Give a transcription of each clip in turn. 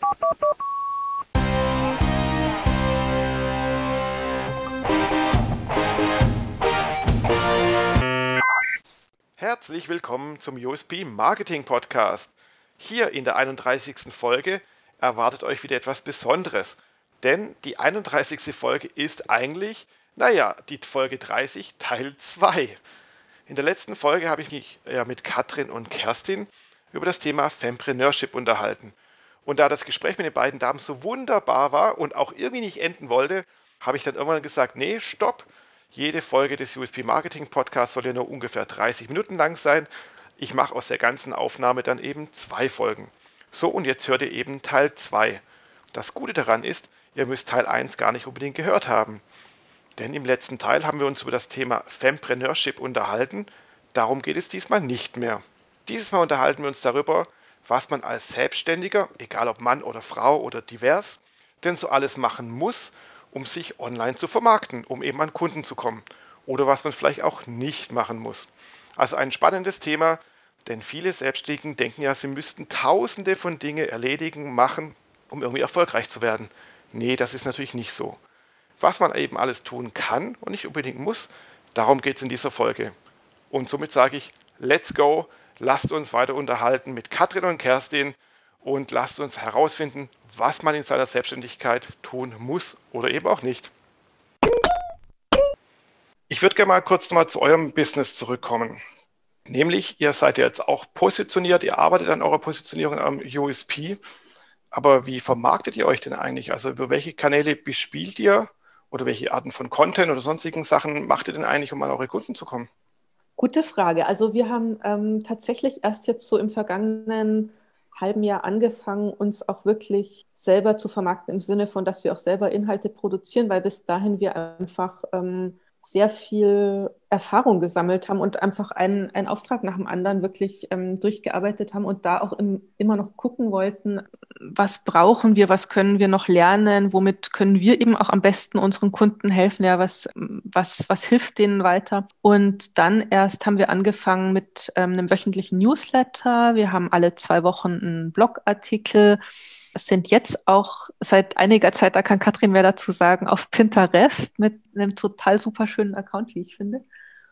Herzlich willkommen zum USP Marketing Podcast. Hier in der 31. Folge erwartet euch wieder etwas Besonderes, denn die 31. Folge ist eigentlich, die Folge 30 Teil 2. In der letzten Folge habe ich mich mit Katrin und Kerstin über das Thema Fempreneurship unterhalten. Und da das Gespräch mit den beiden Damen so wunderbar war und auch irgendwie nicht enden wollte, habe ich dann irgendwann gesagt, nee, stopp. Jede Folge des USP Marketing Podcasts soll ja nur ungefähr 30 Minuten lang sein. Ich mache aus der ganzen Aufnahme dann eben 2 Folgen. So, und jetzt hört ihr eben Teil 2. Das Gute daran ist, ihr müsst Teil 1 gar nicht unbedingt gehört haben. Denn im letzten Teil haben wir uns über das Thema Fempreneurship unterhalten. Darum geht es diesmal nicht mehr. Dieses Mal unterhalten wir uns darüber, was man als Selbstständiger, egal ob Mann oder Frau oder divers, denn so alles machen muss, um sich online zu vermarkten, um eben an Kunden zu kommen. Oder was man vielleicht auch nicht machen muss. Also ein spannendes Thema, denn viele Selbstständigen denken ja, sie müssten tausende von Dingen erledigen, machen, um irgendwie erfolgreich zu werden. Nee, das ist natürlich nicht so. Was man eben alles tun kann und nicht unbedingt muss, darum geht es in dieser Folge. Und somit sage ich, let's go, lasst uns weiter unterhalten mit Katrin und Kerstin und lasst uns herausfinden, was man in seiner Selbstständigkeit tun muss oder eben auch nicht. Ich würde gerne mal kurz nochmal zu eurem Business zurückkommen. Nämlich, ihr seid ja jetzt auch positioniert, ihr arbeitet an eurer Positionierung am USP. Aber wie vermarktet ihr euch denn eigentlich? Also über welche Kanäle bespielt ihr oder welche Arten von Content oder sonstigen Sachen macht ihr denn eigentlich, um an eure Kunden zu kommen? Gute Frage. Also wir haben tatsächlich erst jetzt so im vergangenen halben Jahr angefangen, uns auch wirklich selber zu vermarkten, im Sinne von, dass wir auch selber Inhalte produzieren, weil bis dahin wir einfach sehr viel Erfahrung gesammelt haben und einfach einen Auftrag nach dem anderen wirklich durchgearbeitet haben und da auch immer noch gucken wollten, was brauchen wir, was können wir noch lernen, womit können wir eben auch am besten unseren Kunden helfen, ja, was hilft denen weiter. Und dann erst haben wir angefangen mit einem wöchentlichen Newsletter. Wir haben alle 2 Wochen einen Blogartikel. Es sind jetzt auch seit einiger Zeit, da kann Katrin mehr dazu sagen, auf Pinterest mit einem total super schönen Account, wie ich finde.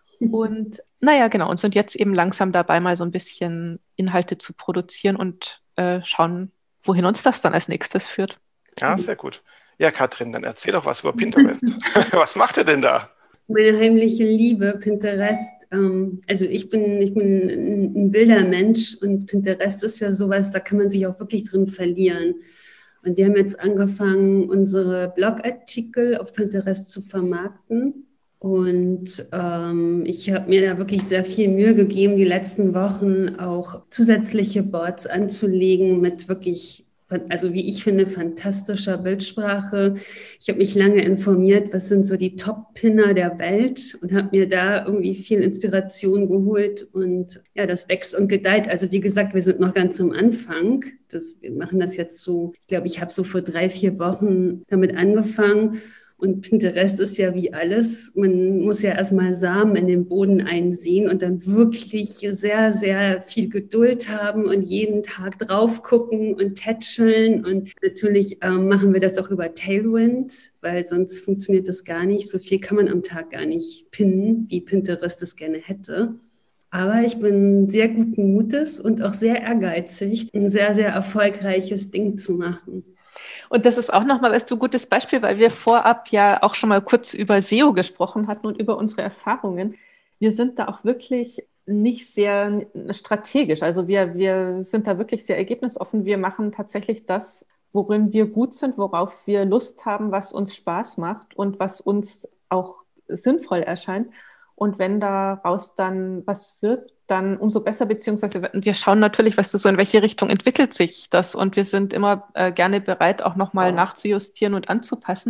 Und genau, und sind jetzt eben langsam dabei, mal so ein bisschen Inhalte zu produzieren und schauen, wohin uns das dann als nächstes führt. Ja, sehr gut. Ja, Katrin, dann erzähl doch was über Pinterest. Was macht ihr denn da? Meine heimliche Liebe, Pinterest. Also ich bin ein Bildermensch und Pinterest ist ja sowas, da kann man sich auch wirklich drin verlieren. Und wir haben jetzt angefangen, unsere Blogartikel auf Pinterest zu vermarkten. Und ich habe mir da wirklich sehr viel Mühe gegeben, die letzten Wochen auch zusätzliche Boards anzulegen mit wirklich, also wie ich finde, fantastischer Bildsprache. Ich habe mich lange informiert, was sind so die Top-Pinner der Welt und habe mir da irgendwie viel Inspiration geholt. Und ja, das wächst und gedeiht. Also wie gesagt, wir sind noch ganz am Anfang. Wir machen das jetzt so, ich glaube, ich habe so vor 3-4 Wochen damit angefangen. Und Pinterest ist ja wie alles. Man muss ja erstmal Samen in den Boden einsehen und dann wirklich sehr, sehr viel Geduld haben und jeden Tag drauf gucken und tätscheln. Und natürlich machen wir das auch über Tailwind, weil sonst funktioniert das gar nicht. So viel kann man am Tag gar nicht pinnen, wie Pinterest es gerne hätte. Aber ich bin sehr guten Mutes und auch sehr ehrgeizig, ein sehr, sehr erfolgreiches Ding zu machen. Und das ist auch nochmal, weißt du, ein gutes Beispiel, weil wir vorab ja auch schon mal kurz über SEO gesprochen hatten und über unsere Erfahrungen. Wir sind da auch wirklich nicht sehr strategisch. Also wir sind da wirklich sehr ergebnisoffen. Wir machen tatsächlich das, worin wir gut sind, worauf wir Lust haben, was uns Spaß macht und was uns auch sinnvoll erscheint. Und wenn daraus dann was wird, dann umso besser, beziehungsweise wir schauen natürlich, weißt du, so in welche Richtung entwickelt sich das und wir sind immer gerne bereit, auch nochmal nachzujustieren und anzupassen.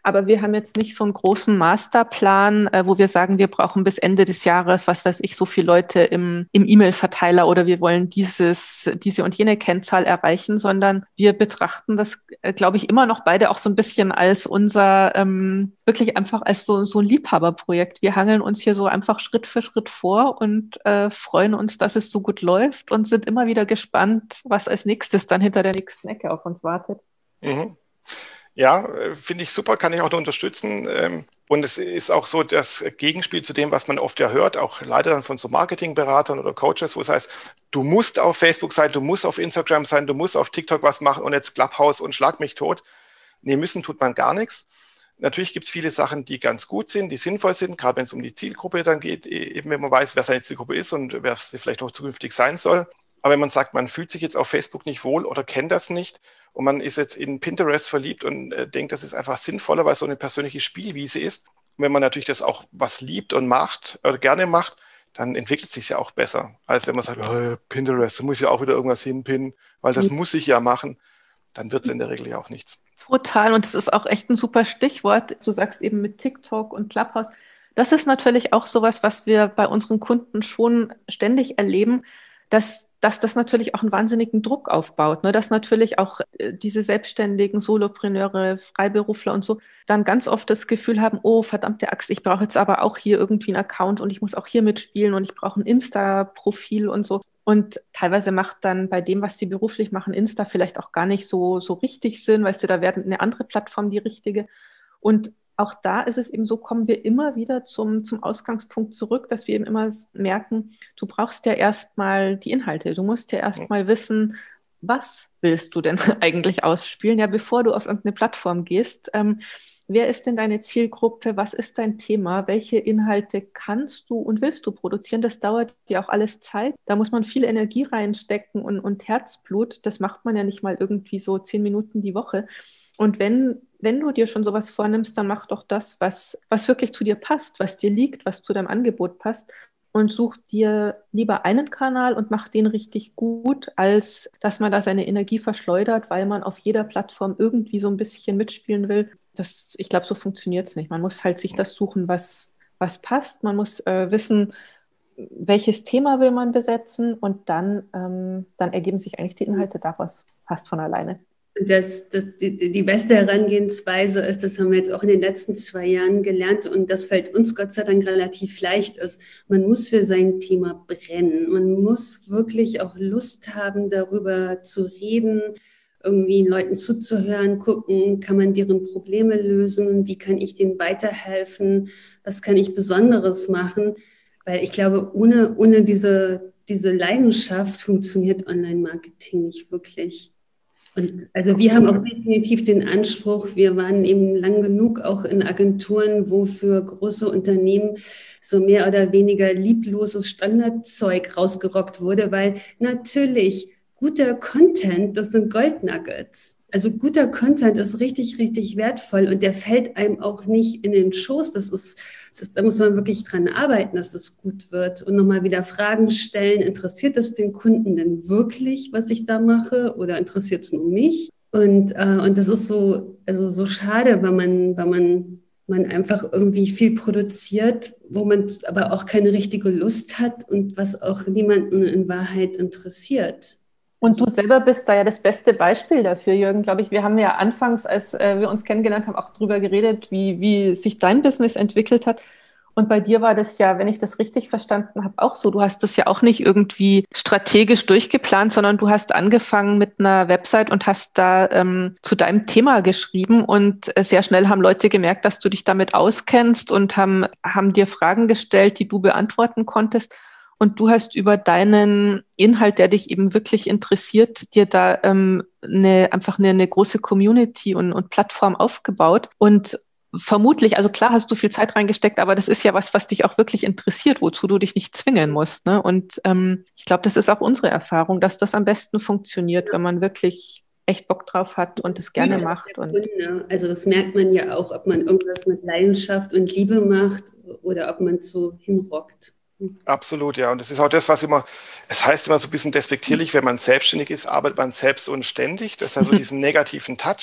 Aber wir haben jetzt nicht so einen großen Masterplan, wo wir sagen, wir brauchen bis Ende des Jahres, was weiß ich, so viele Leute im E-Mail-Verteiler oder wir wollen diese und jene Kennzahl erreichen, sondern wir betrachten das, glaube ich, immer noch beide auch so ein bisschen als unser, wirklich einfach als so ein Liebhaberprojekt. Wir hangeln uns hier so einfach Schritt für Schritt vor und freuen uns, dass es so gut läuft und sind immer wieder gespannt, was als nächstes dann hinter der nächsten Ecke auf uns wartet. Mhm. Ja, finde ich super, kann ich auch nur unterstützen. Und es ist auch so das Gegenspiel zu dem, was man oft ja hört, auch leider dann von so Marketingberatern oder Coaches, wo es heißt, du musst auf Facebook sein, du musst auf Instagram sein, du musst auf TikTok was machen und jetzt Clubhouse und schlag mich tot. Nee, müssen tut man gar nichts. Natürlich gibt es viele Sachen, die ganz gut sind, die sinnvoll sind, gerade wenn es um die Zielgruppe dann geht, eben wenn man weiß, wer seine Zielgruppe ist und wer sie vielleicht auch zukünftig sein soll. Aber wenn man sagt, man fühlt sich jetzt auf Facebook nicht wohl oder kennt das nicht und man ist jetzt in Pinterest verliebt und denkt, das ist einfach sinnvoller, weil es so eine persönliche Spielwiese ist. Und wenn man natürlich das auch was liebt und macht oder gerne macht, dann entwickelt es sich ja auch besser, als wenn man sagt, oh, Pinterest, da muss ich ja auch wieder irgendwas hinpinnen, weil das muss ich ja machen. Dann wird es in der Regel ja auch nichts. Total. Und es ist auch echt ein super Stichwort. Du sagst eben mit TikTok und Clubhouse. Das ist natürlich auch sowas, was wir bei unseren Kunden schon ständig erleben, dass das natürlich auch einen wahnsinnigen Druck aufbaut, ne? Dass natürlich auch diese selbstständigen Solopreneure, Freiberufler und so dann ganz oft das Gefühl haben, oh, verdammte Axt, ich brauche jetzt aber auch hier irgendwie einen Account und ich muss auch hier mitspielen und ich brauche ein Insta-Profil und so. Und teilweise macht dann bei dem, was sie beruflich machen, Insta vielleicht auch gar nicht so richtig Sinn, weißt du, da wäre eine andere Plattform die richtige. Und auch da ist es eben so, kommen wir immer wieder zum Ausgangspunkt zurück, dass wir eben immer merken, du brauchst ja erstmal die Inhalte. Du musst ja erstmal wissen, was willst du denn eigentlich ausspielen, ja, bevor du auf irgendeine Plattform gehst. Wer ist denn deine Zielgruppe? Was ist dein Thema? Welche Inhalte kannst du und willst du produzieren? Das dauert ja auch alles Zeit. Da muss man viel Energie reinstecken und Herzblut. Das macht man ja nicht mal irgendwie so 10 Minuten die Woche. Und wenn du dir schon sowas vornimmst, dann mach doch das, was wirklich zu dir passt, was dir liegt, was zu deinem Angebot passt. Und such dir lieber einen Kanal und mach den richtig gut, als dass man da seine Energie verschleudert, weil man auf jeder Plattform irgendwie so ein bisschen mitspielen will. Ich glaube, so funktioniert es nicht. Man muss halt sich das suchen, was passt. Man muss wissen, welches Thema will man besetzen und dann ergeben sich eigentlich die Inhalte daraus fast von alleine. Die beste Herangehensweise ist, das haben wir jetzt auch in den letzten 2 Jahren gelernt und das fällt uns Gott sei Dank relativ leicht, ist, man muss für sein Thema brennen. Man muss wirklich auch Lust haben, darüber zu reden, irgendwie Leuten zuzuhören, gucken, kann man deren Probleme lösen, wie kann ich denen weiterhelfen, was kann ich Besonderes machen, weil ich glaube, ohne diese Leidenschaft funktioniert Online-Marketing nicht wirklich. Und also wir haben auch definitiv den Anspruch, wir waren eben lang genug auch in Agenturen, wo für große Unternehmen so mehr oder weniger liebloses Standardzeug rausgerockt wurde, weil natürlich guter Content, das sind Goldnuggets. Also guter Content ist richtig, richtig wertvoll und der fällt einem auch nicht in den Schoß. Da muss man wirklich dran arbeiten, dass das gut wird und nochmal wieder Fragen stellen. Interessiert es den Kunden denn wirklich, was ich da mache oder interessiert es nur mich? Und das ist so schade, weil man einfach irgendwie viel produziert, wo man aber auch keine richtige Lust hat und was auch niemanden in Wahrheit interessiert. Und du selber bist da ja das beste Beispiel dafür, Jürgen, glaube ich. Wir haben ja anfangs, als wir uns kennengelernt haben, auch drüber geredet, wie sich dein Business entwickelt hat. Und bei dir war das ja, wenn ich das richtig verstanden habe, auch so. Du hast das ja auch nicht irgendwie strategisch durchgeplant, sondern du hast angefangen mit einer Website und hast da zu deinem Thema geschrieben. Und sehr schnell haben Leute gemerkt, dass du dich damit auskennst und haben dir Fragen gestellt, die du beantworten konntest. Und du hast über deinen Inhalt, der dich eben wirklich interessiert, dir da einfach eine große Community und Plattform aufgebaut. Und vermutlich, also klar hast du viel Zeit reingesteckt, aber das ist ja was dich auch wirklich interessiert, wozu du dich nicht zwingen musst, ne? Und ich glaube, das ist auch unsere Erfahrung, dass das am besten funktioniert, wenn man wirklich echt Bock drauf hat und es gerne macht. Also das merkt man ja auch, ob man irgendwas mit Leidenschaft und Liebe macht oder ob man es so hinrockt. Absolut, ja. Und das ist auch das, es heißt immer so ein bisschen despektierlich, wenn man selbstständig ist, arbeitet man selbst und ständig. Das hat so diesen negativen Touch.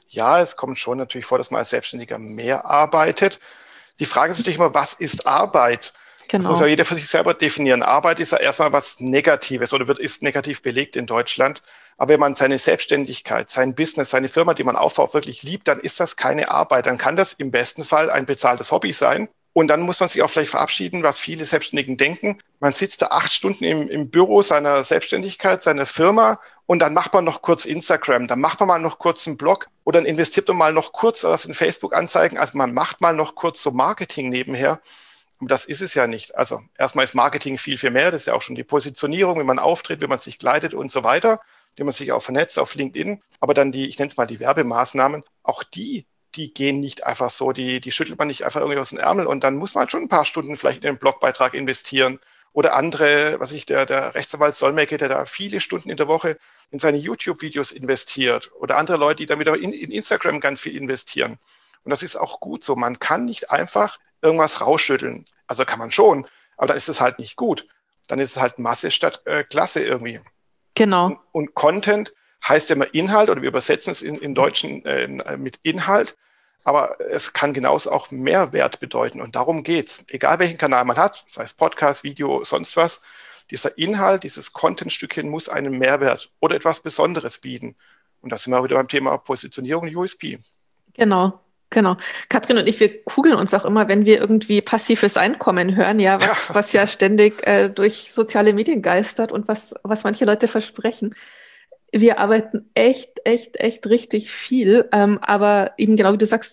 Ja, es kommt schon natürlich vor, dass man als Selbstständiger mehr arbeitet. Die Frage ist natürlich immer, was ist Arbeit? Das muss ja Genau. jeder für sich selber definieren. Arbeit ist ja erstmal was Negatives oder ist negativ belegt in Deutschland. Aber wenn man seine Selbstständigkeit, sein Business, seine Firma, die man aufbaut, wirklich liebt, dann ist das keine Arbeit. Dann kann das im besten Fall ein bezahltes Hobby sein. Und dann muss man sich auch vielleicht verabschieden, was viele Selbstständigen denken. Man sitzt da 8 Stunden im Büro seiner Selbstständigkeit, seiner Firma und dann macht man noch kurz Instagram, dann macht man mal noch kurz einen Blog oder dann investiert man mal noch kurz was in Facebook-Anzeigen. Also man macht mal noch kurz so Marketing nebenher. Und das ist es ja nicht. Also erstmal ist Marketing viel, viel mehr. Das ist ja auch schon die Positionierung, wie man auftritt, wie man sich kleidet und so weiter, wie man sich auch vernetzt auf LinkedIn. Aber dann ich nenne es mal die Werbemaßnahmen, auch die gehen nicht einfach so, die schüttelt man nicht einfach irgendwie aus dem Ärmel und dann muss man halt schon ein paar Stunden vielleicht in einen Blogbeitrag investieren oder andere, der Rechtsanwalt Solmecke, der da viele Stunden in der Woche in seine YouTube-Videos investiert oder andere Leute, die dann wieder in Instagram ganz viel investieren. Und das ist auch gut so. Man kann nicht einfach irgendwas rausschütteln. Also kann man schon, aber dann ist es halt nicht gut. Dann ist es halt Masse statt Klasse irgendwie. Genau. Und Content heißt ja immer Inhalt oder wir übersetzen es in Deutschen mit Inhalt, aber es kann genauso auch Mehrwert bedeuten und darum geht's. Egal welchen Kanal man hat, sei es Podcast, Video, sonst was, dieser Inhalt, dieses Content-Stückchen muss einen Mehrwert oder etwas Besonderes bieten. Und da sind wir wieder beim Thema Positionierung und USP. Genau, genau. Katrin und ich, wir kugeln uns auch immer, wenn wir irgendwie passives Einkommen hören, ja, was ja ständig durch soziale Medien geistert und was manche Leute versprechen. Wir arbeiten echt richtig viel, aber eben genau wie du sagst,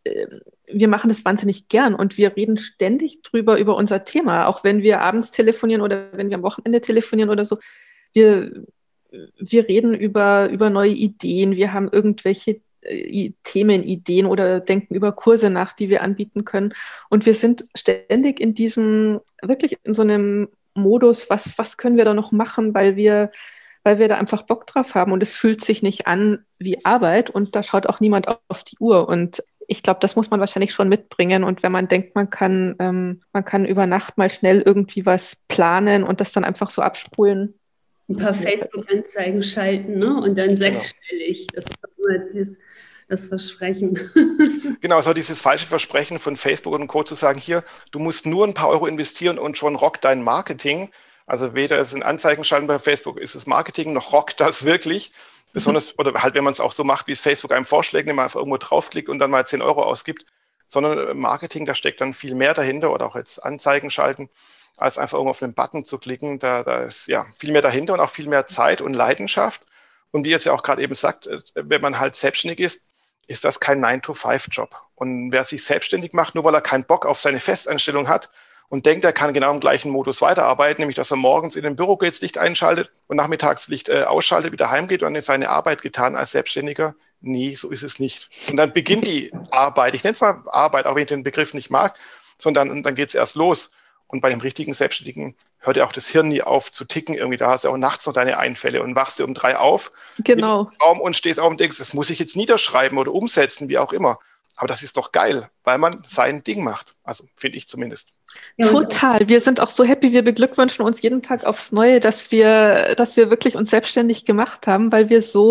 wir machen das wahnsinnig gern und wir reden ständig über unser Thema, auch wenn wir abends telefonieren oder wenn wir am Wochenende telefonieren oder so. Wir reden über neue Ideen, wir haben irgendwelche Themenideen oder denken über Kurse nach, die wir anbieten können. Und wir sind ständig wirklich in so einem Modus, was können wir da noch machen, weil wir da einfach Bock drauf haben und es fühlt sich nicht an wie Arbeit und da schaut auch niemand auf die Uhr. Und ich glaube, das muss man wahrscheinlich schon mitbringen. Und wenn man denkt, man kann über Nacht mal schnell irgendwie was planen und das dann einfach so abspulen. Ein paar Facebook-Anzeigen schalten, ne? Und dann sechsstellig. Das ist immer das Versprechen. Genau, so dieses falsche Versprechen von Facebook und Co. zu sagen, hier, du musst nur ein paar Euro investieren und schon rockt dein Marketing. Also weder ist ein Anzeigen schalten bei Facebook, ist es Marketing, noch rockt das wirklich. Besonders, oder halt, wenn man es auch so macht, wie es Facebook einem vorschlägt, indem man einfach irgendwo draufklickt und dann mal 10 Euro ausgibt. Sondern Marketing, da steckt dann viel mehr dahinter oder auch jetzt Anzeigen schalten, als einfach irgendwo auf einen Button zu klicken. Da ist ja viel mehr dahinter und auch viel mehr Zeit und Leidenschaft. Und wie ihr es ja auch gerade eben sagt, wenn man halt selbstständig ist das kein 9-to-5-Job. Und wer sich selbstständig macht, nur weil er keinen Bock auf seine Festanstellung hat und denkt, er kann genau im gleichen Modus weiterarbeiten, nämlich dass er morgens in den Büro geht, das Licht einschaltet und nachmittags das Licht ausschaltet, wieder heimgeht und dann ist seine Arbeit getan als Selbstständiger. Nee, so ist es nicht. Und dann beginnt die Arbeit. Ich nenne es mal Arbeit, auch wenn ich den Begriff nicht mag, sondern dann geht es erst los. Und bei dem richtigen Selbstständigen hört ja auch das Hirn nie auf zu ticken. Irgendwie, da hast du auch nachts noch deine Einfälle und wachst du um 3 auf. Genau. Im Raum und stehst auf und denkst, das muss ich jetzt niederschreiben oder umsetzen, wie auch immer. Aber das ist doch geil, weil man sein Ding macht. Also finde ich zumindest. Ja, total. Wir sind auch so happy. Wir beglückwünschen uns jeden Tag aufs Neue, dass wir wirklich uns selbstständig gemacht haben, weil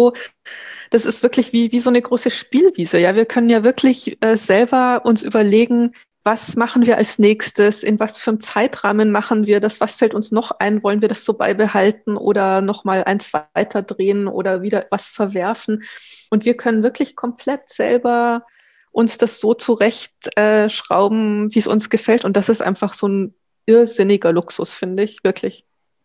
das ist wirklich wie so eine große Spielwiese. Ja, wir können ja wirklich selber uns überlegen, was machen wir als nächstes, in was für einem Zeitrahmen machen wir das, was fällt uns noch ein, wollen wir das so beibehalten oder nochmal eins weiter drehen oder wieder was verwerfen. Und wir können wirklich komplett selber uns das so zurechtschrauben, wie es uns gefällt. Und das ist einfach so ein irrsinniger Luxus, finde ich, wirklich.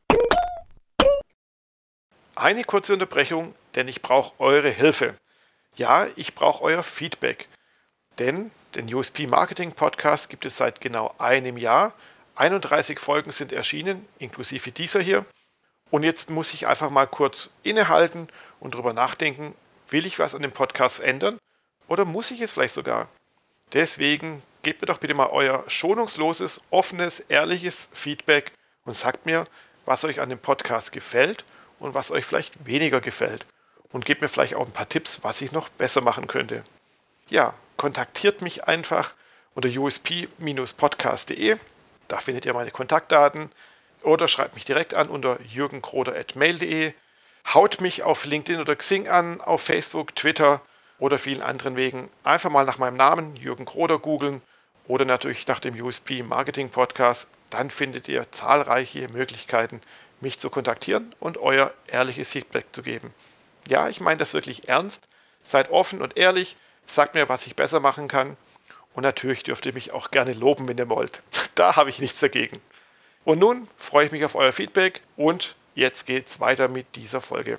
Eine kurze Unterbrechung, denn ich brauche eure Hilfe. Ja, ich brauche euer Feedback. Denn den USP Marketing Podcast gibt es seit genau einem Jahr. 31 Folgen sind erschienen, inklusive dieser hier. Und jetzt muss ich einfach mal kurz innehalten und drüber nachdenken, will ich was an dem Podcast verändern oder muss ich es vielleicht sogar? Deswegen gebt mir doch bitte mal euer schonungsloses, offenes, ehrliches Feedback und sagt mir, was euch an dem Podcast gefällt und was euch vielleicht weniger gefällt. Und gebt mir vielleicht auch ein paar Tipps, was ich noch besser machen könnte. Ja, kontaktiert mich einfach unter usp-podcast.de. Da findet ihr meine Kontaktdaten. Oder schreibt mich direkt an unter jürgenkroder@mail.de. Haut mich auf LinkedIn oder Xing an, auf Facebook, Twitter oder vielen anderen Wegen. Einfach mal nach meinem Namen, Jürgen Kroder, googeln oder natürlich nach dem USP Marketing Podcast. Dann findet ihr zahlreiche Möglichkeiten, mich zu kontaktieren und euer ehrliches Feedback zu geben. Ja, ich meine das wirklich ernst. Seid offen und ehrlich, sagt mir, was ich besser machen kann. Und natürlich dürft ihr mich auch gerne loben, wenn ihr wollt. Da habe ich nichts dagegen. Und nun freue ich mich auf euer Feedback und jetzt geht's weiter mit dieser Folge.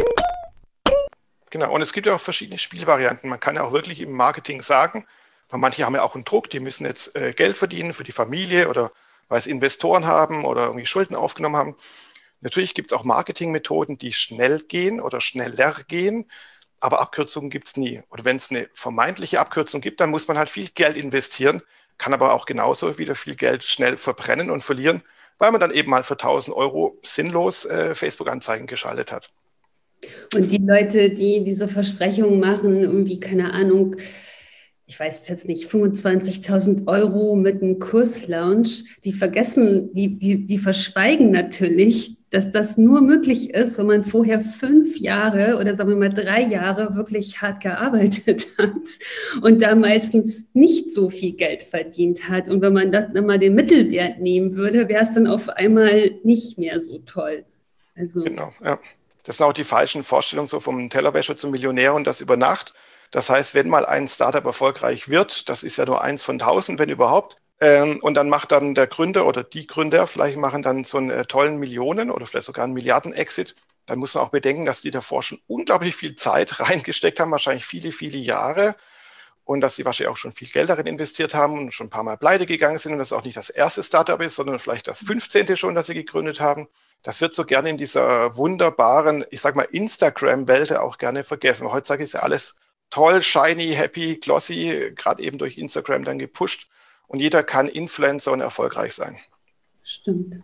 Genau, und es gibt ja auch verschiedene Spielvarianten. Man kann ja auch wirklich im Marketing sagen, weil manche haben ja auch einen Druck, die müssen jetzt Geld verdienen für die Familie oder weil sie Investoren haben oder irgendwie Schulden aufgenommen haben. Natürlich gibt es auch Marketingmethoden, die schnell gehen oder schneller gehen, aber Abkürzungen gibt es nie. Oder wenn es eine vermeintliche Abkürzung gibt, dann muss man halt viel Geld investieren, kann aber auch genauso wieder viel Geld schnell verbrennen und verlieren, weil man dann eben mal für 1.000 Euro sinnlos Facebook-Anzeigen geschaltet hat. Und die Leute, die diese Versprechungen machen, irgendwie, keine Ahnung, ich weiß jetzt nicht, 25.000 Euro mit einem Kurslaunch, die vergessen, die verschweigen natürlich, dass das nur möglich ist, wenn man vorher 5 Jahre oder sagen wir mal 3 Jahre wirklich hart gearbeitet hat und da meistens nicht so viel Geld verdient hat. Und wenn man das dann mal den Mittelwert nehmen würde, wäre es dann auf einmal nicht mehr so toll. Also Genau, ja. Das sind auch die falschen Vorstellungen so vom Tellerwäscher zum Millionär und das über Nacht. Das heißt, wenn mal ein Startup erfolgreich wird, das ist ja nur 1 von 1.000, wenn überhaupt, und dann macht dann der Gründer oder die Gründer vielleicht machen dann so einen tollen Millionen- oder vielleicht sogar einen Milliarden-Exit, dann muss man auch bedenken, dass die davor schon unglaublich viel Zeit reingesteckt haben, wahrscheinlich viele, viele Jahre und dass sie wahrscheinlich auch schon viel Geld darin investiert haben und schon ein paar Mal pleite gegangen sind und das auch nicht das erste Startup ist, sondern vielleicht das 15. schon, das sie gegründet haben. Das wird so gerne in dieser wunderbaren, ich sag mal, Instagram-Welt auch gerne vergessen. Weil heutzutage ist ja alles toll, shiny, happy, glossy, gerade eben durch Instagram dann gepusht. Und jeder kann Influencer und erfolgreich sein. stimmt.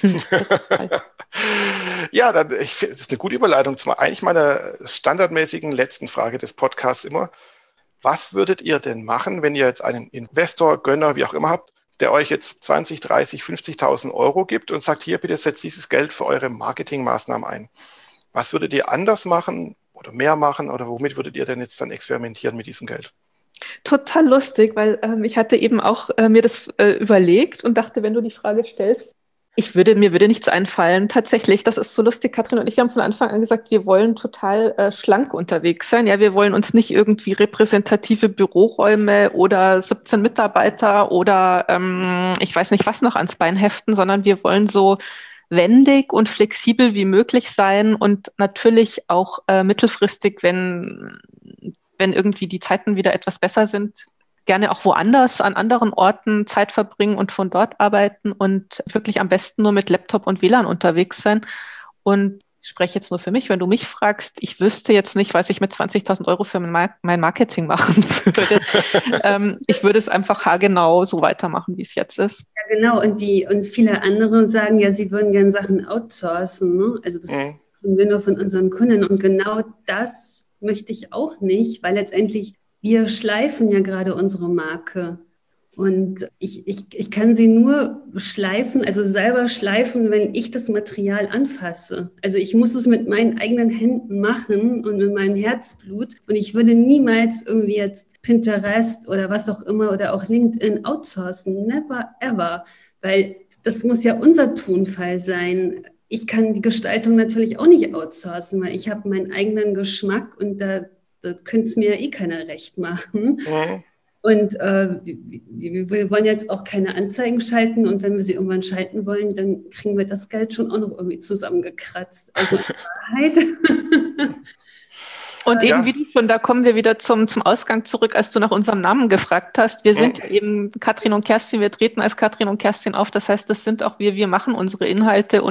Ja, das ist eine gute Überleitung zu eigentlich meiner standardmäßigen letzten Frage des Podcasts immer. Was würdet ihr denn machen, wenn ihr jetzt einen Investor, Gönner, wie auch immer habt, der euch jetzt 20, 30, 50.000 Euro gibt und sagt, hier, bitte setzt dieses Geld für eure Marketingmaßnahmen ein. Was würdet ihr anders machen oder mehr machen oder womit würdet ihr denn jetzt dann experimentieren mit diesem Geld? Total lustig, weil ich hatte eben auch mir das überlegt und dachte, wenn du die Frage stellst, mir würde nichts einfallen. Tatsächlich, das ist so lustig. Katrin und ich haben von Anfang an gesagt, wir wollen total schlank unterwegs sein. Ja, wir wollen uns nicht irgendwie repräsentative Büroräume oder 17 Mitarbeiter oder ich weiß nicht was noch ans Bein heften, sondern wir wollen so wendig und flexibel wie möglich sein und natürlich auch mittelfristig, wenn irgendwie die Zeiten wieder etwas besser sind, gerne auch woanders, an anderen Orten Zeit verbringen und von dort arbeiten und wirklich am besten nur mit Laptop und WLAN unterwegs sein. Und ich spreche jetzt nur für mich, wenn du mich fragst, ich wüsste jetzt nicht, was ich mit 20.000 Euro für mein Marketing machen würde. Ich würde es einfach haargenau so weitermachen, wie es jetzt ist. Ja, genau. Und viele andere sagen ja, sie würden gerne Sachen outsourcen. Ne? Also das können wir nur von unseren Kunden. Und genau das möchte ich auch nicht, weil letztendlich wir schleifen ja gerade unsere Marke. Und ich kann sie nur schleifen, also selber schleifen, wenn ich das Material anfasse. Also ich muss es mit meinen eigenen Händen machen und mit meinem Herzblut. Und ich würde niemals irgendwie jetzt Pinterest oder was auch immer oder auch LinkedIn outsourcen. Never ever. Weil das muss ja unser Tonfall sein. Ich kann die Gestaltung natürlich auch nicht outsourcen, weil ich habe meinen eigenen Geschmack und da könnte es mir ja eh keiner recht machen. Mhm. Und wir wollen jetzt auch keine Anzeigen schalten und wenn wir sie irgendwann schalten wollen, dann kriegen wir das Geld schon auch noch irgendwie zusammengekratzt. Also in Wahrheit. Und eben wie du schon, da kommen wir wieder zum Ausgang zurück, als du nach unserem Namen gefragt hast. Wir sind eben Katrin und Kerstin, wir treten als Katrin und Kerstin auf. Das heißt, das sind auch wir machen unsere Inhalte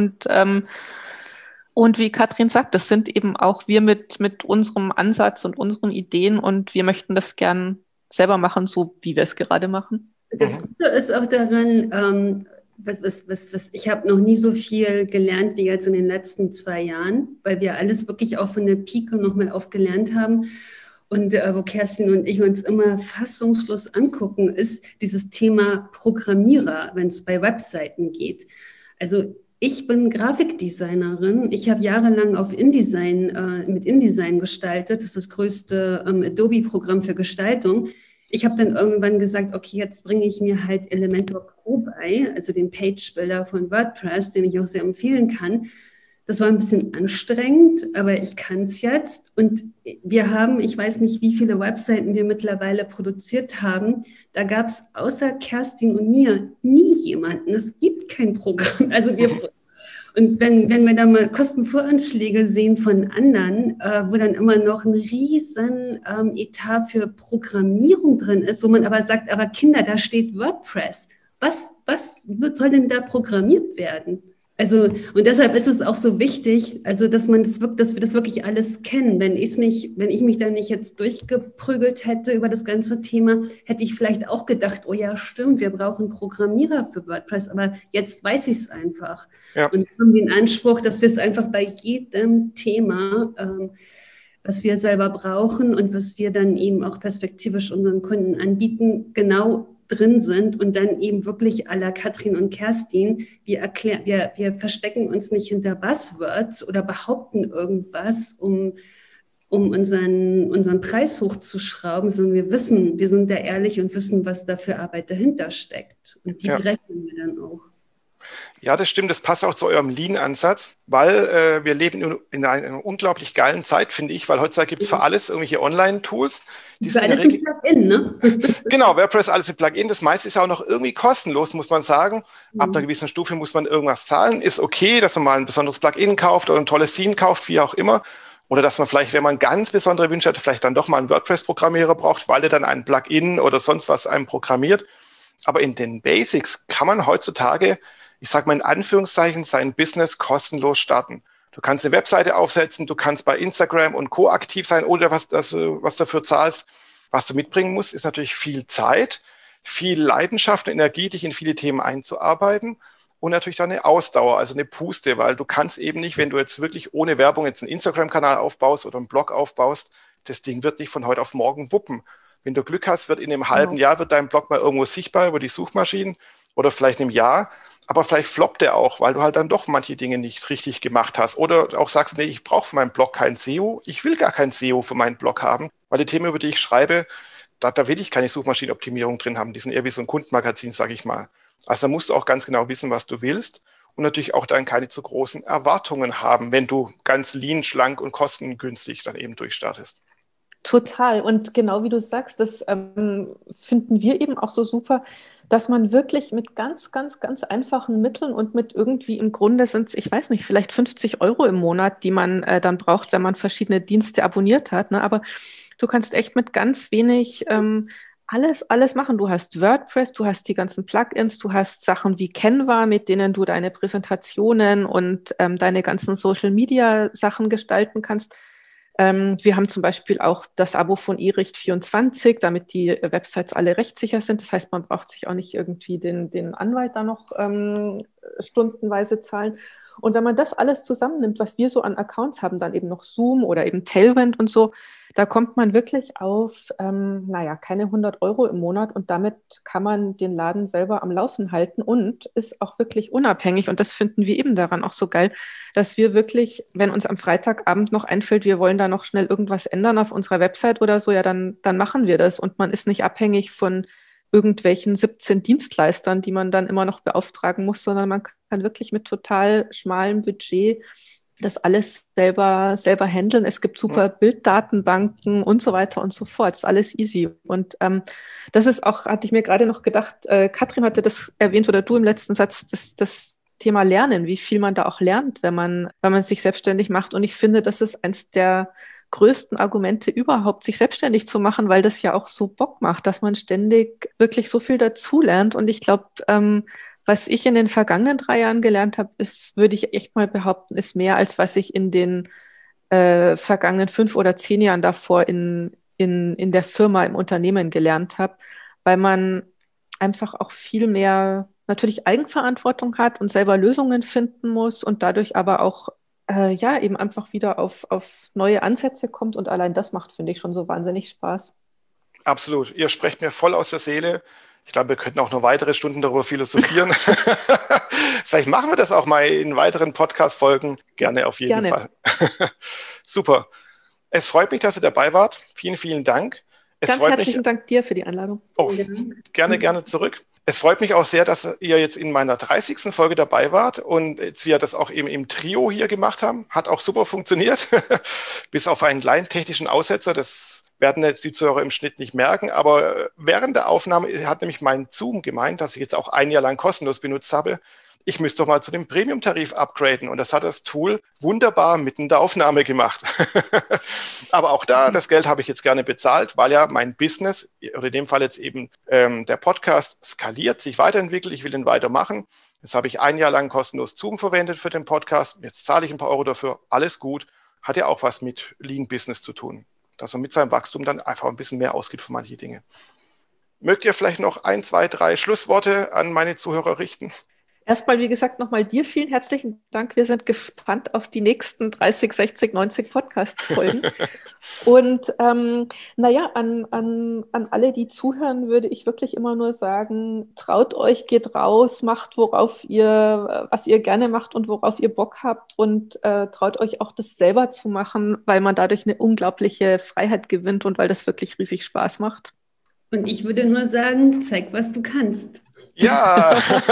und wie Katrin sagt, das sind eben auch wir mit unserem Ansatz und unseren Ideen und wir möchten das gern selber machen, so wie wir es gerade machen. Das Gute ist auch daran, ich habe noch nie so viel gelernt wie jetzt in den letzten 2 Jahren, weil wir alles wirklich auch von der Pike nochmal aufgelernt haben. Und wo Kerstin und ich uns immer fassungslos angucken, ist dieses Thema Programmierer, wenn es bei Webseiten geht. Also Ich bin Grafikdesignerin. Ich habe jahrelang auf mit InDesign gestaltet. Das ist das größte Adobe-Programm für Gestaltung. Ich habe dann irgendwann gesagt, okay, jetzt bringe ich mir halt Elementor Pro bei, also den Page-Builder von WordPress, den ich auch sehr empfehlen kann. Das war ein bisschen anstrengend, aber ich kann es jetzt. Und wir haben, ich weiß nicht, wie viele Webseiten wir mittlerweile produziert haben. Da gab es außer Kerstin und mir nie jemanden. Es gibt kein Programm. Und wenn wir da mal Kostenvoranschläge sehen von anderen, wo dann immer noch ein riesen Etat für Programmierung drin ist, wo man aber sagt, aber Kinder, da steht WordPress. Soll denn da programmiert werden? Also, und deshalb ist es auch so wichtig, also, dass wir das wirklich alles kennen. Wenn ich mich da nicht jetzt durchgeprügelt hätte über das ganze Thema, hätte ich vielleicht auch gedacht, oh ja, stimmt, wir brauchen Programmierer für WordPress, aber jetzt weiß ich es einfach. Ja. Und wir haben den Anspruch, dass wir es einfach bei jedem Thema, was wir selber brauchen und was wir dann eben auch perspektivisch unseren Kunden anbieten, genau drin sind und dann eben wirklich à la Katrin und Kerstin, wir verstecken uns nicht hinter Buzzwords oder behaupten irgendwas, um unseren Preis hochzuschrauben, sondern wir sind da ehrlich und wissen, was da für Arbeit dahinter steckt. Und die berechnen wir dann auch. Ja, das stimmt. Das passt auch zu eurem Lean-Ansatz, weil wir leben in einer unglaublich geilen Zeit, finde ich, weil heutzutage gibt es für alles irgendwelche Online-Tools. Für alles mit Plugin, ne? Genau, WordPress, alles mit Plugin. Das meiste ist auch noch irgendwie kostenlos, muss man sagen. Ab einer gewissen Stufe muss man irgendwas zahlen. Ist okay, dass man mal ein besonderes Plugin kauft oder ein tolles Theme kauft, wie auch immer. Oder dass man vielleicht, wenn man ganz besondere Wünsche hat, vielleicht dann doch mal einen WordPress-Programmierer braucht, weil der dann ein Plugin oder sonst was einem programmiert. Aber in den Basics kann man heutzutage, ich sage mal in Anführungszeichen, sein Business kostenlos starten. Du kannst eine Webseite aufsetzen, du kannst bei Instagram und Co. aktiv sein, oder was dafür zahlst. Was du mitbringen musst, ist natürlich viel Zeit, viel Leidenschaft und Energie, dich in viele Themen einzuarbeiten und natürlich dann eine Ausdauer, also eine Puste, weil du kannst eben nicht, wenn du jetzt wirklich ohne Werbung jetzt einen Instagram-Kanal aufbaust oder einen Blog aufbaust, das Ding wird nicht von heute auf morgen wuppen. Wenn du Glück hast, wird in einem halben Jahr wird dein Blog mal irgendwo sichtbar über die Suchmaschinen oder vielleicht in einem Jahr, aber vielleicht floppt der auch, weil du halt dann doch manche Dinge nicht richtig gemacht hast oder auch sagst, nee, ich brauche für meinen Blog kein SEO, ich will gar kein SEO für meinen Blog haben, weil die Themen, über die ich schreibe, da will ich keine Suchmaschinenoptimierung drin haben, die sind eher wie so ein Kundenmagazin, sage ich mal. Also da musst du auch ganz genau wissen, was du willst und natürlich auch dann keine zu großen Erwartungen haben, wenn du ganz lean, schlank und kostengünstig dann eben durchstartest. Total. Und genau wie du sagst, das finden wir eben auch so super, dass man wirklich mit ganz, ganz, ganz einfachen Mitteln und mit irgendwie im Grunde sind es, ich weiß nicht, vielleicht 50 € im Monat, die man dann braucht, wenn man verschiedene Dienste abonniert hat. Ne? Aber du kannst echt mit ganz wenig alles machen. Du hast WordPress, du hast die ganzen Plugins, du hast Sachen wie Canva, mit denen du deine Präsentationen und deine ganzen Social-Media-Sachen gestalten kannst. Wir haben zum Beispiel auch das Abo von eRicht24, damit die Websites alle rechtssicher sind. Das heißt, man braucht sich auch nicht irgendwie den Anwalt da noch stundenweise zahlen. Und wenn man das alles zusammennimmt, was wir so an Accounts haben, dann eben noch Zoom oder eben Tailwind und so, da kommt man wirklich auf, keine 100 € im Monat und damit kann man den Laden selber am Laufen halten und ist auch wirklich unabhängig. Und das finden wir eben daran auch so geil, dass wir wirklich, wenn uns am Freitagabend noch einfällt, wir wollen da noch schnell irgendwas ändern auf unserer Website oder so, ja, dann machen wir das. Und man ist nicht abhängig von irgendwelchen 17 Dienstleistern, die man dann immer noch beauftragen muss, sondern man kann wirklich mit total schmalem Budget das alles selber handeln. Es gibt super Bilddatenbanken und so weiter und so fort. Das ist alles easy. Und das ist auch, hatte ich mir gerade noch gedacht, Katrin hatte das erwähnt oder du im letzten Satz, das Thema Lernen, wie viel man da auch lernt, wenn man sich selbstständig macht. Und ich finde, das ist eins der größten Argumente überhaupt, sich selbstständig zu machen, weil das ja auch so Bock macht, dass man ständig wirklich so viel dazulernt. Und ich glaube, was ich in den vergangenen 3 Jahren gelernt habe, ist, würde ich echt mal behaupten, ist mehr, als was ich in den vergangenen 5 oder 10 Jahren davor in der Firma, im Unternehmen gelernt habe, weil man einfach auch viel mehr natürlich Eigenverantwortung hat und selber Lösungen finden muss und dadurch aber auch eben einfach wieder auf neue Ansätze kommt. Und allein das macht, finde ich, schon so wahnsinnig Spaß. Absolut. Ihr sprecht mir voll aus der Seele. Ich glaube, wir könnten auch noch weitere Stunden darüber philosophieren. Vielleicht machen wir das auch mal in weiteren Podcast-Folgen. Gerne auf jeden Fall. Super. Es freut mich, dass ihr dabei wart. Vielen, vielen Dank. Ganz herzlichen Dank dir für die Einladung. Oh, gerne zurück. Es freut mich auch sehr, dass ihr jetzt in meiner 30. Folge dabei wart und jetzt wir das auch eben im Trio hier gemacht haben. Hat auch super funktioniert, bis auf einen kleinen technischen Aussetzer. Das werden jetzt die Zuhörer im Schnitt nicht merken, aber während der Aufnahme hat nämlich mein Zoom gemeint, dass ich jetzt auch ein Jahr lang kostenlos benutzt habe. Ich müsste doch mal zu dem Premium-Tarif upgraden. Und das hat das Tool wunderbar mitten in der Aufnahme gemacht. Aber auch da, das Geld habe ich jetzt gerne bezahlt, weil ja mein Business, oder in dem Fall jetzt eben der Podcast, skaliert, sich weiterentwickelt. Ich will den weitermachen. Jetzt habe ich ein Jahr lang kostenlos Zoom verwendet für den Podcast. Jetzt zahle ich ein paar Euro dafür. Alles gut. Hat ja auch was mit Lean Business zu tun. Dass man mit seinem Wachstum dann einfach ein bisschen mehr ausgibt für manche Dinge. Mögt ihr vielleicht noch 1, 2, 3 Schlussworte an meine Zuhörer richten? Erstmal, wie gesagt, nochmal dir vielen herzlichen Dank. Wir sind gespannt auf die nächsten 30, 60, 90 Podcast-Folgen. Und an alle, die zuhören, würde ich wirklich immer nur sagen, traut euch, geht raus, macht, was ihr gerne macht und worauf ihr Bock habt und traut euch auch, das selber zu machen, weil man dadurch eine unglaubliche Freiheit gewinnt und weil das wirklich riesig Spaß macht. Und ich würde nur sagen, zeig, was du kannst. Ja,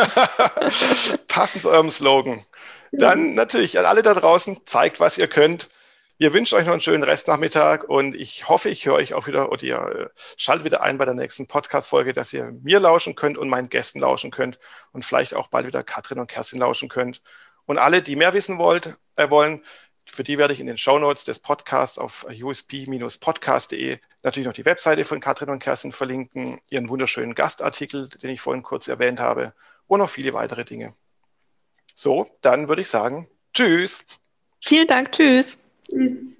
passend zu eurem Slogan. Dann natürlich an alle da draußen, zeigt, was ihr könnt. Wir wünschen euch noch einen schönen Restnachmittag und ich hoffe, ich höre euch auch wieder oder ihr schaltet wieder ein bei der nächsten Podcast-Folge, dass ihr mir lauschen könnt und meinen Gästen lauschen könnt und vielleicht auch bald wieder Katrin und Kerstin lauschen könnt. Und alle, die mehr wissen wollen, für die werde ich in den Shownotes des Podcasts auf usp-podcast.de natürlich noch die Webseite von Katrin und Kerstin verlinken, ihren wunderschönen Gastartikel, den ich vorhin kurz erwähnt habe, und noch viele weitere Dinge. So, dann würde ich sagen, tschüss. Vielen Dank, tschüss. Tschüss.